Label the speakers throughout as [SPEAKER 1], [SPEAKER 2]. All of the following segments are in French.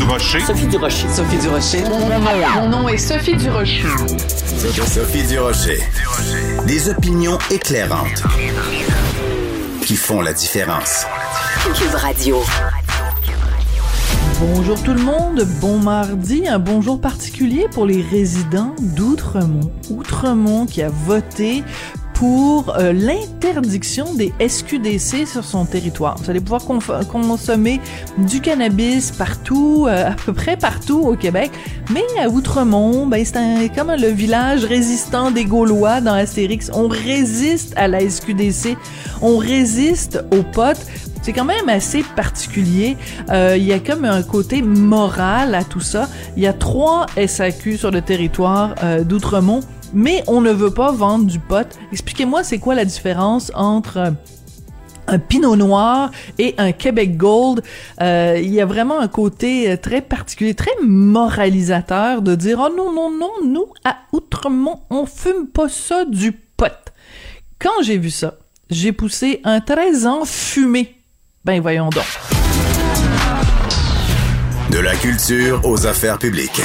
[SPEAKER 1] Durocher.
[SPEAKER 2] Sophie Durocher.
[SPEAKER 3] Sophie Durocher.
[SPEAKER 4] Mon nom est Sophie Durocher.
[SPEAKER 5] Sophie Durocher. Des opinions éclairantes qui font la différence.
[SPEAKER 2] Cube Radio.
[SPEAKER 6] Bonjour tout le monde, bon mardi, un bonjour particulier pour les résidents d'Outremont. Outremont qui a voté pour l'interdiction des SQDC sur son territoire. Vous allez pouvoir consommer du cannabis partout, à peu près partout au Québec, mais à Outremont, c'est comme le village résistant des Gaulois dans Astérix. On résiste à la SQDC, on résiste aux potes. C'est quand même assez particulier. Il y a comme un côté moral à tout ça. Il y a 3 SAQ sur le territoire d'Outremont, mais on ne veut pas vendre du pot. Expliquez-moi, c'est quoi la différence entre un Pinot Noir et un Québec Gold? Il y a vraiment un côté très particulier, très moralisateur de dire « Oh non, non, non, nous, à Outremont, on fume pas ça du pot. » Quand j'ai vu ça, j'ai poussé un 13 ans fumé. Ben voyons donc.
[SPEAKER 5] De la culture aux affaires publiques.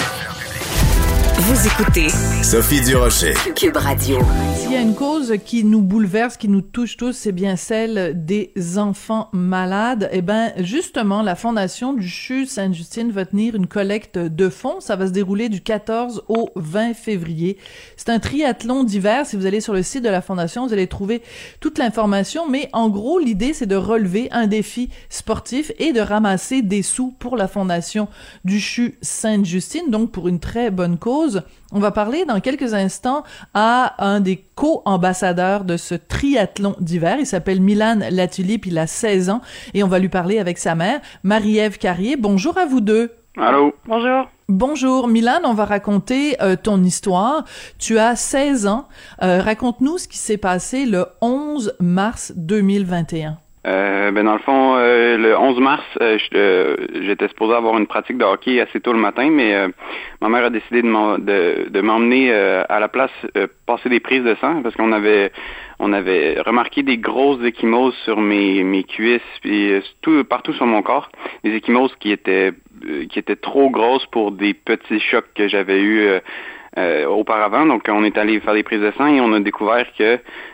[SPEAKER 2] Vous écoutez
[SPEAKER 5] Sophie Durocher.
[SPEAKER 2] Cube Radio.
[SPEAKER 6] S'il y a une cause qui nous bouleverse, qui nous touche tous, c'est bien celle des enfants malades. Eh ben, justement, la Fondation du CHU Sainte-Justine va tenir une collecte de fonds. Ça va se dérouler du 14 au 20 février. C'est un triathlon d'hiver. Si vous allez sur le site de la Fondation, vous allez trouver toute l'information. Mais en gros, l'idée, c'est de relever un défi sportif et de ramasser des sous pour la Fondation du CHU Sainte-Justine. Donc, pour une très bonne cause. On va parler dans quelques instants à un des co-ambassadeurs de ce triathlon d'hiver. Il s'appelle Milan Latulippe, il a 16 ans et on va lui parler avec sa mère, Marie-Ève Carrier. Bonjour à vous deux.
[SPEAKER 7] Allô.
[SPEAKER 4] Bonjour.
[SPEAKER 6] Bonjour. Milan, on va raconter ton histoire. Tu as 16 ans. Raconte-nous ce qui s'est passé le 11 mars 2021.
[SPEAKER 7] Dans le fond, le 11 mars, j'étais supposé avoir une pratique de hockey assez tôt le matin, mais ma mère a décidé de m'emmener à la place passer des prises de sang parce qu'on avait remarqué des grosses ecchymoses sur mes cuisses puis partout sur mon corps, des ecchymoses qui étaient trop grosses pour des petits chocs que j'avais eus auparavant. Donc on est allé faire des prises de sang et on a découvert que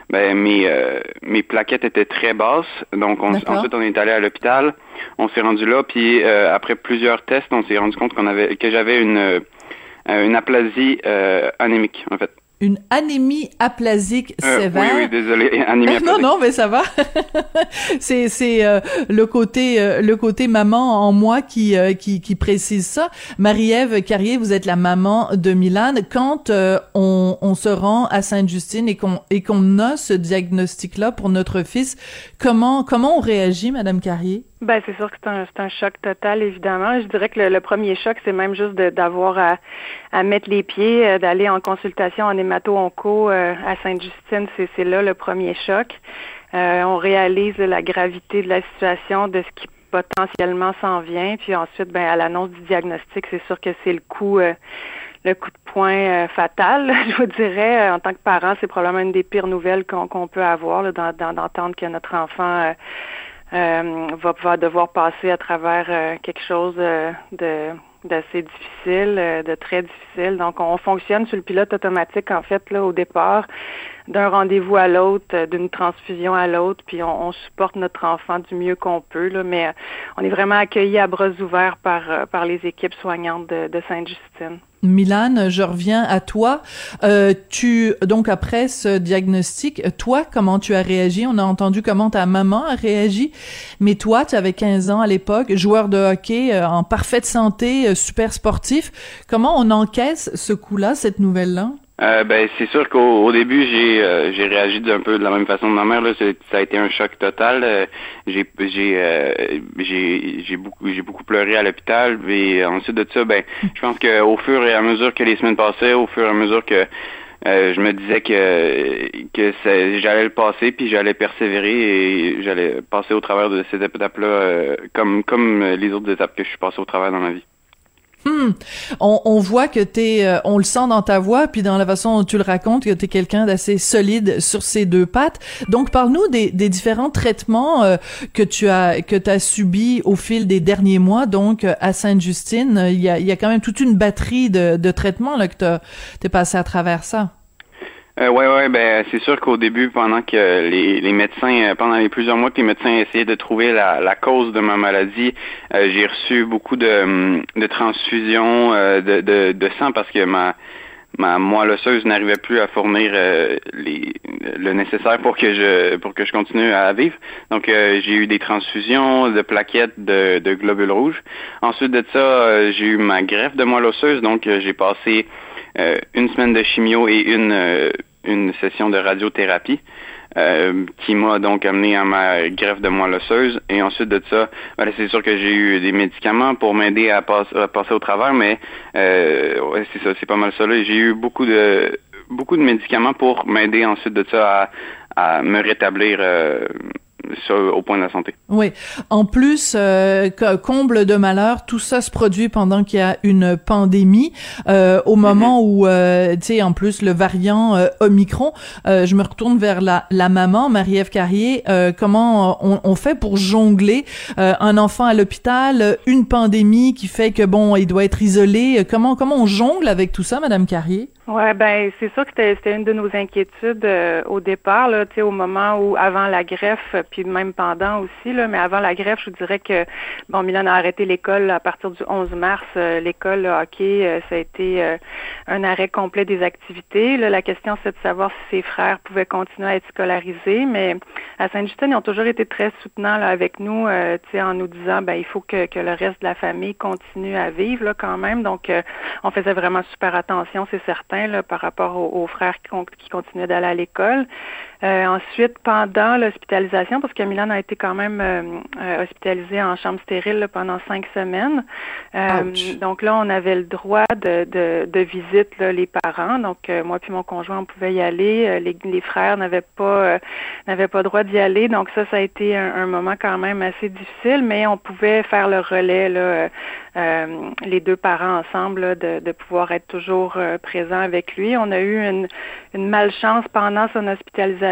[SPEAKER 7] mes plaquettes étaient très basses. Donc ensuite on est allé à l'hôpital, on s'est rendu là, puis après plusieurs tests, on s'est rendu compte que j'avais une aplasie anémique en fait.
[SPEAKER 6] Une anémie aplasique sévère.
[SPEAKER 7] Oui, désolé, anémie aplasique.
[SPEAKER 6] Non, mais ça va. c'est le côté maman en moi qui précise ça. Marie-Ève Carrier, vous êtes la maman de Milan. Quand on se rend à Sainte-Justine et qu'on a ce diagnostic-là pour notre fils, comment on réagit, Madame Carrier?
[SPEAKER 4] Ben c'est sûr que c'est un choc total, évidemment. Je dirais que le premier choc, c'est même juste d'avoir à mettre les pieds, d'aller en consultation en hémato-onco à Sainte-Justine. C'est là le premier choc. On réalise la gravité de la situation, de ce qui potentiellement s'en vient. Puis ensuite, à l'annonce du diagnostic, c'est sûr que c'est le coup de poing fatal, je vous dirais. En tant que parent, c'est probablement une des pires nouvelles qu'on peut avoir, là, d'entendre que notre enfant va devoir passer à travers quelque chose d'assez difficile, de très difficile. Donc, on fonctionne sur le pilote automatique, en fait, là, au départ, d'un rendez-vous à l'autre, d'une transfusion à l'autre, puis on supporte notre enfant du mieux qu'on peut, là, mais on est vraiment accueillis à bras ouverts par les équipes soignantes de Sainte-Justine.
[SPEAKER 6] Milan, je reviens à toi. Donc après ce diagnostic, toi, comment tu as réagi? On a entendu comment ta maman a réagi, mais toi, tu avais 15 ans à l'époque, joueur de hockey, en parfaite santé, super sportif. Comment on encaisse ce coup-là, cette nouvelle-là?
[SPEAKER 7] C'est sûr qu'au début j'ai réagi un peu de la même façon que ma mère là. Ça a été un choc total. J'ai beaucoup pleuré à l'hôpital et ensuite de ça je pense que au fur et à mesure que les semaines passaient, au fur et à mesure que je me disais que j'allais le passer puis j'allais persévérer et j'allais passer au travers de ces étapes là comme les autres étapes que je suis passé au travers dans ma vie.
[SPEAKER 6] On voit que on le sent dans ta voix, puis dans la façon dont tu le racontes, que t'es quelqu'un d'assez solide sur ses deux pattes. Donc, parle-nous des différents traitements que t'as subis au fil des derniers mois. Donc, à Sainte-Justine, il y a quand même toute une batterie de traitements là que t'es passé à travers ça.
[SPEAKER 7] Ouais, ben c'est sûr qu'au début, pendant que les médecins, pendant les plusieurs mois que les médecins essayaient de trouver la cause de ma maladie, j'ai reçu beaucoup de transfusions de sang parce que ma moelle osseuse n'arrivait plus à fournir le nécessaire pour que je continue à vivre. Donc j'ai eu des transfusions de plaquettes de globules rouges. Ensuite de ça, j'ai eu ma greffe de moelle osseuse, donc j'ai passé une semaine de chimio et une session de radiothérapie qui m'a donc amené à ma greffe de moelle osseuse. Et ensuite de ça, c'est sûr que j'ai eu des médicaments pour m'aider à passer au travers, mais c'est ça, c'est pas mal ça. Là. J'ai eu beaucoup de médicaments pour m'aider ensuite de ça à me rétablir au point de la santé.
[SPEAKER 6] Oui. En plus, comble de malheur, tout ça se produit pendant qu'il y a une pandémie, au moment où, tu sais, en plus, le variant Omicron. Je me retourne vers la maman, Marie-Ève Carrier. Comment on fait pour jongler un enfant à l'hôpital, une pandémie qui fait que, bon, il doit être isolé. Comment on jongle avec tout ça, Madame Carrier?
[SPEAKER 4] Ouais, ben c'est sûr que c'était une de nos inquiétudes au départ, là, tu sais, au moment où, avant la greffe, puis même pendant aussi, là, mais avant la greffe, je vous dirais que, bon, Milan a arrêté l'école à partir du 11 mars. L'école, le hockey, ça a été un arrêt complet des activités. Là, la question, c'est de savoir si ses frères pouvaient continuer à être scolarisés, mais à Sainte-Justine, ils ont toujours été très soutenants là, avec nous, tu sais, en nous disant, ben il faut que le reste de la famille continue à vivre là, quand même. Donc, on faisait vraiment super attention, c'est certain. Là, par rapport aux frères qui continuaient d'aller à l'école. Ensuite, pendant l'hospitalisation, parce que Milan a été quand même hospitalisé en chambre stérile là, pendant 5 semaines. Donc là, on avait le droit de visite, là, les parents. Donc, moi puis mon conjoint, on pouvait y aller. Les frères n'avaient pas droit d'y aller. Donc ça a été un moment quand même assez difficile, mais on pouvait faire le relais, là, les deux parents ensemble, là, de pouvoir être toujours présents avec lui. On a eu une malchance pendant son hospitalisation.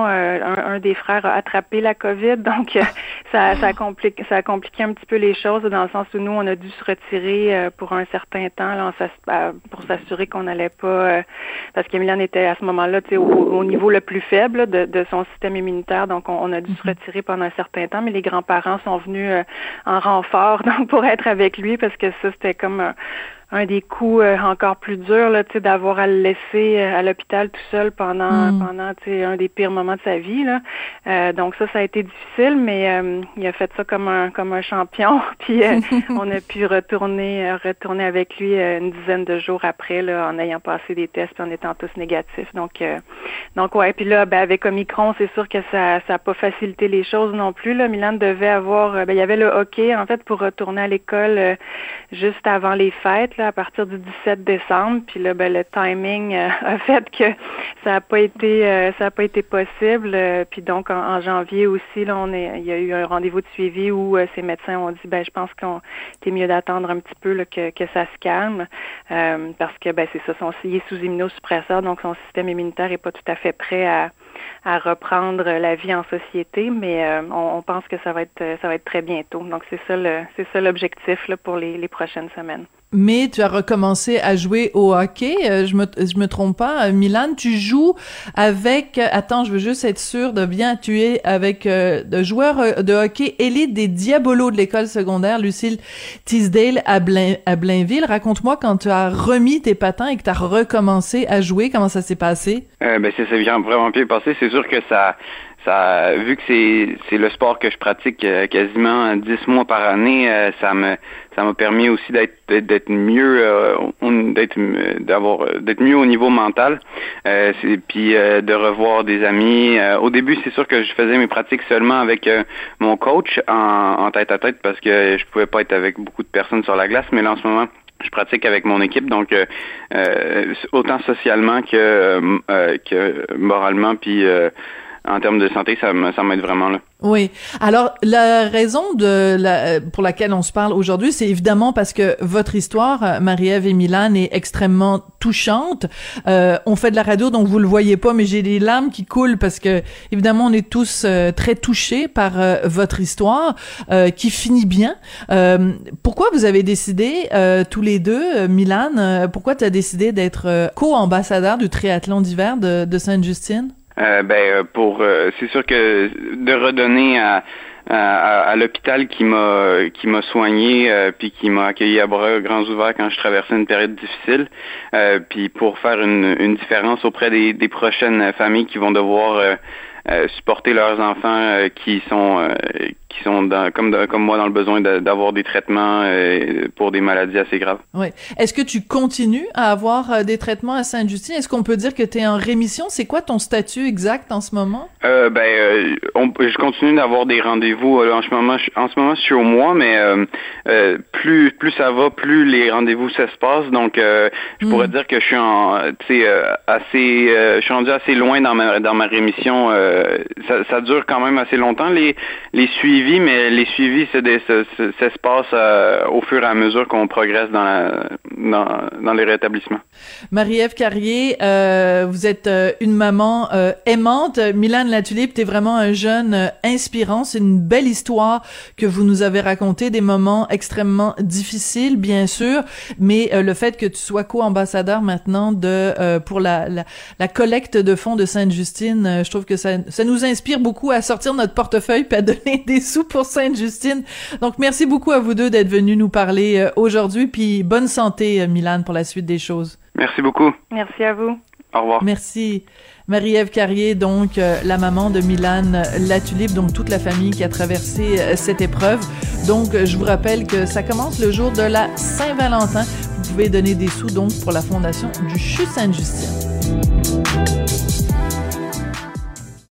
[SPEAKER 4] Un des frères a attrapé la COVID, donc ça a compliqué un petit peu les choses, dans le sens où nous, on a dû se retirer pour un certain temps là, pour s'assurer qu'on n'allait pas... parce que Milan était à ce moment-là au niveau le plus faible de son système immunitaire, donc on a dû se retirer pendant un certain temps, mais les grands-parents sont venus en renfort donc pour être avec lui, parce que ça, c'était comme un des coups encore plus durs, là, tu sais, d'avoir à le laisser à l'hôpital tout seul pendant tu sais, un des pires moments de sa vie, là. Donc ça a été difficile, mais il a fait ça comme un champion. Puis on a pu retourner avec lui une dizaine de jours après, là, en ayant passé des tests puis en étant tous négatifs. Donc ouais. Puis là, ben avec Omicron, c'est sûr que ça a pas facilité les choses non plus. Là, Milan devait avoir, il y avait le hockey en fait pour retourner à l'école juste avant les fêtes. Là, à partir du 17 décembre, puis là, ben, le timing a fait que ça a pas été possible. Puis donc en janvier aussi, là, il y a eu un rendez-vous de suivi où ces médecins ont dit, ben je pense qu'il est mieux d'attendre un petit peu là, que ça se calme, parce que ben c'est ça, il est sous immunosuppresseur, donc son système immunitaire est pas tout à fait prêt à reprendre la vie en société, mais on pense que ça va être très bientôt. Donc c'est ça l'objectif là pour les prochaines semaines.
[SPEAKER 6] Mais tu as recommencé à jouer au hockey, je me trompe pas, Milan, tu joues avec, attends, je veux juste être sûre de bien, tu es avec de joueurs de hockey élite des Diabolos de l'école secondaire Lucille Teasdale à Blainville. Raconte-moi quand tu as remis tes patins et que tu as recommencé à jouer, comment ça s'est passé? Ben
[SPEAKER 7] ça s'est vraiment bien passé, c'est sûr que ça vu que c'est le sport que je pratique quasiment 10 mois par année, ça m'a permis aussi d'être mieux d'être mieux au niveau mental, puis de revoir des amis. Au début, c'est sûr que je faisais mes pratiques seulement avec mon coach en tête à tête, parce que je pouvais pas être avec beaucoup de personnes sur la glace, mais là en ce moment je pratique avec mon équipe, donc autant socialement que moralement, puis en termes de santé, ça m'aide vraiment là.
[SPEAKER 6] Oui. Alors, la raison pour laquelle on se parle aujourd'hui, c'est évidemment parce que votre histoire, Marie-Ève et Milan, est extrêmement touchante. On fait de la radio, donc vous le voyez pas, mais j'ai des larmes qui coulent parce que, évidemment, on est tous très touchés par votre histoire, qui finit bien. Pourquoi vous avez décidé, tous les deux, Milan, pourquoi tu as décidé d'être co-ambassadeur du triathlon d'hiver de Sainte-Justine?
[SPEAKER 7] C'est sûr que de redonner à l'hôpital qui m'a soigné puis qui m'a accueilli à bras grands ouverts quand je traversais une période difficile, puis pour faire une différence auprès des prochaines familles qui vont devoir supporter leurs enfants qui sont comme moi dans le besoin d'avoir des traitements pour des maladies assez graves.
[SPEAKER 6] Oui. Est-ce que tu continues à avoir des traitements à Sainte-Justine? Est-ce qu'on peut dire que tu es en rémission? C'est quoi ton statut exact en ce moment?
[SPEAKER 7] Je continue d'avoir des rendez-vous. En ce moment, je suis au mois, mais plus ça va, plus les rendez-vous s'espacent. Donc, je pourrais dire que je suis je suis rendu assez loin dans ma rémission. Ça dure quand même assez longtemps les suivis, mais les suivis s'espacent au fur et à mesure qu'on progresse dans les rétablissements.
[SPEAKER 6] Marie-Ève Carrier, vous êtes une maman aimante. Milan Latulippe, t'es vraiment un jeune inspirant. C'est une belle histoire que vous nous avez racontée, des moments extrêmement difficiles, bien sûr, mais le fait que tu sois co-ambassadeur maintenant pour la collecte de fonds de Sainte-Justine, je trouve que ça nous inspire beaucoup à sortir notre portefeuille puis à donner des sous pour Sainte-Justine. Donc, merci beaucoup à vous deux d'être venus nous parler aujourd'hui, puis bonne santé, Milan, pour la suite des choses.
[SPEAKER 7] Merci beaucoup.
[SPEAKER 4] Merci à vous.
[SPEAKER 7] Au revoir.
[SPEAKER 6] Merci. Marie-Ève Carrier, donc la maman de Milan Latulippe, donc toute la famille qui a traversé cette épreuve. Donc, je vous rappelle que ça commence le jour de la Saint-Valentin. Vous pouvez donner des sous, donc, pour la fondation du CHU Sainte-Justine.